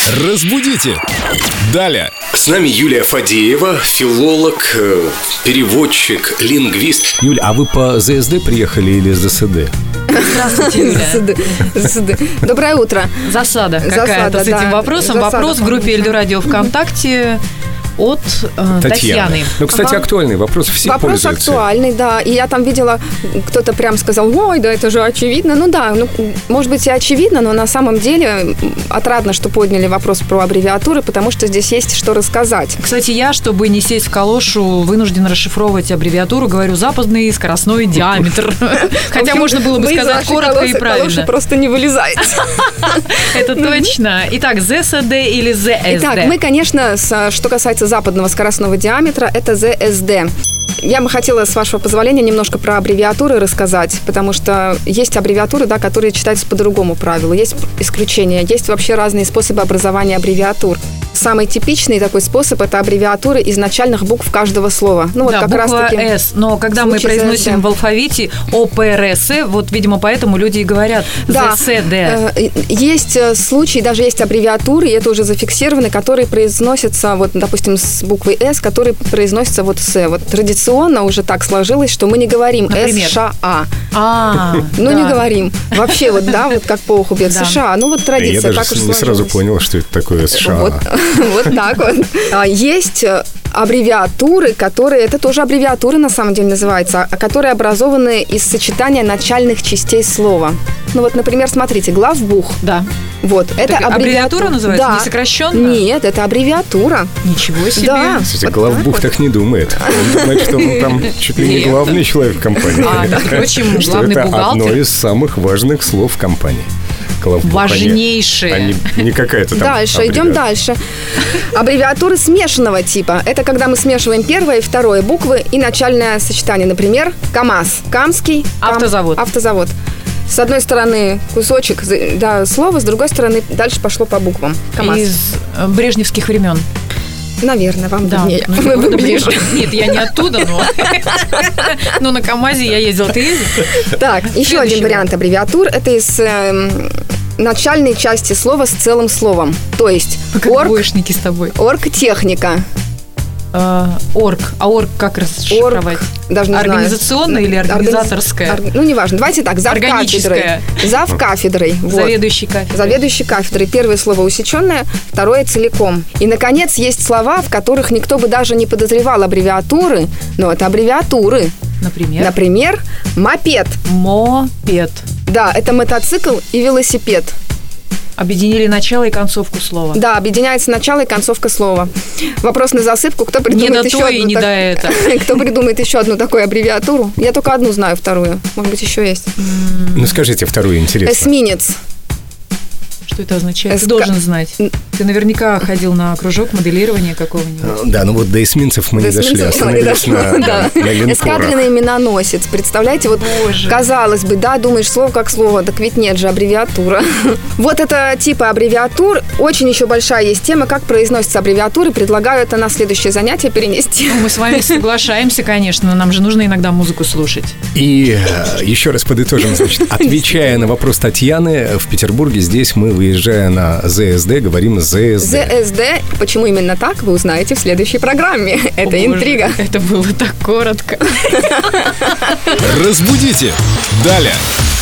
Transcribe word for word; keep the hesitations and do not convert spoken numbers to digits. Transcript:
Разбудите! Далее. С нами Юлия Фадеева, филолог, переводчик, лингвист. Юля, а вы по ЗСД приехали или ЗСД? Здравствуйте, Юля. ЗСД. Доброе утро. Засада какая-то Засада, с этим да. вопросом. Засада, Вопрос в группе Эльдо Радио ВКонтакте от э, Татьяны. Ну, кстати, Ага. актуальный вопрос, все Вопрос пользуются. актуальный, да. И я там видела, кто-то прям сказал: ой, да это же очевидно. Ну да, ну, может быть и очевидно, но на самом деле отрадно, что подняли вопрос про аббревиатуры, потому что здесь есть что рассказать. Кстати, я, чтобы не сесть в калошу, вынуждена расшифровывать аббревиатуру, говорю западный скоростной диаметр. Хотя можно было бы сказать коротко и правильно. Просто не вылезает. Это точно. Итак, ЗСД или ЗСД? Итак, мы, конечно, с- что касается западного скоростного диаметра, это ЗСД. Я бы хотела, с вашего позволения, немножко про аббревиатуры рассказать, потому что есть аббревиатуры, да, которые читаются по другому правилу, есть исключения, есть вообще разные способы образования аббревиатур. Самый типичный такой способ – это аббревиатуры из начальных букв каждого слова. Ну, вот Да, как буква раз-таки «С», но когда мы случай произносим ЗСД. в алфавите О П Р С, вот, видимо, поэтому люди и говорят Да. ЗСД. Э, Есть э, случаи, даже есть аббревиатуры, и это уже зафиксированы, которые произносятся, вот, допустим, с буквой «С», которые произносятся вот «С». Вот традиционно уже так сложилось, что мы не говорим Например? «С Ш А». А, Ну, да. не говорим. Вообще, вот, да, вот как по уху бьет Да. США. Ну, вот Я традиция, даже так уж не сразу сложилось. понял, что это такое США. Вот, вот так вот. А, Есть э, аббревиатуры, которые, это тоже аббревиатуры на самом деле называются, а которые образованы из сочетания начальных частей слова. Ну вот, например, смотрите, главбух. Да. Вот, это Так аббревиатура называется? Да. Не сокращенно? Нет, это аббревиатура. Ничего себе. Да. Кстати, Вот главбух так так не думает. Он думает, что он там чуть ли не Нет. главный человек в компании. А, между прочим, Что главный это бухгалтер. одно из самых важных слов в компании. Главбух, а не- Важнейшее. а не, не какая-то там Дальше, идем аббревиатура. дальше. Аббревиатуры смешанного типа. Это когда мы смешиваем первое и второе буквы и начальное сочетание. Например, КамАЗ. Камский. Кам- Автозавод. Автозавод. С одной стороны кусочек да, слова, с другой стороны дальше пошло по буквам. КамАЗ. Из э, брежневских времен. Наверное, вам Да. виднее. Ну, Вы- вы города ближе. Брежнев. Нет, я не оттуда, но... Но на КамАЗе я ездила. Ты ездил? Так, еще Следующий один вариант аббревиатур. Это из эм, начальной части слова с целым словом. То есть Как орг, двоечники с тобой. оргтехника. Э, Орг. А орг как расшифровать? Орг, даже не знаю. Организационная или Органи- организаторская? орг- Ну, неважно. Давайте так, зав кафедрой. Органическая. Зав кафедрой. Вот. Заведующий кафедрой. Заведующий кафедрой. Первое слово усеченное, второе целиком. И, наконец, есть слова, в которых никто бы даже не подозревал аббревиатуры, но это аббревиатуры. Например? Например, мопед. Мопед. Да, это мотоцикл и велосипед. Объединили начало и концовку слова. Да, объединяется начало и концовка слова. Вопрос на засыпку. Кто Не придумает до еще то и одну не так- до это. Кто придумает еще одну такую аббревиатуру? Я только одну знаю, вторую. Может быть, еще есть. Ну, скажите вторую, интересно. Эсминец. Что это означает? Ты Эска- должен знать. Ты наверняка ходил на кружок моделирования какого-нибудь. Да, ну вот до эсминцев мы не До дошли, эсминцев мы не остановились дошли. на, Да. на линкорах. Эскадренный миноносец. Представляете, вот Боже. казалось бы, да, думаешь, слово как слово, так ведь нет же, аббревиатура. Вот это типы аббревиатур. Очень еще большая есть тема, как произносятся аббревиатуры. Предлагаю это на следующее занятие перенести. Ну, мы с вами соглашаемся, конечно, но нам же нужно иногда музыку слушать. И э, еще раз подытожим, значит, отвечая на вопрос Татьяны, в Петербурге здесь мы, выезжая на ЗСД, говорим ЗСД. ЗСД. Почему именно так, вы узнаете в следующей программе. О, Это боже, интрига. Это было так коротко. Разбудите! Далее!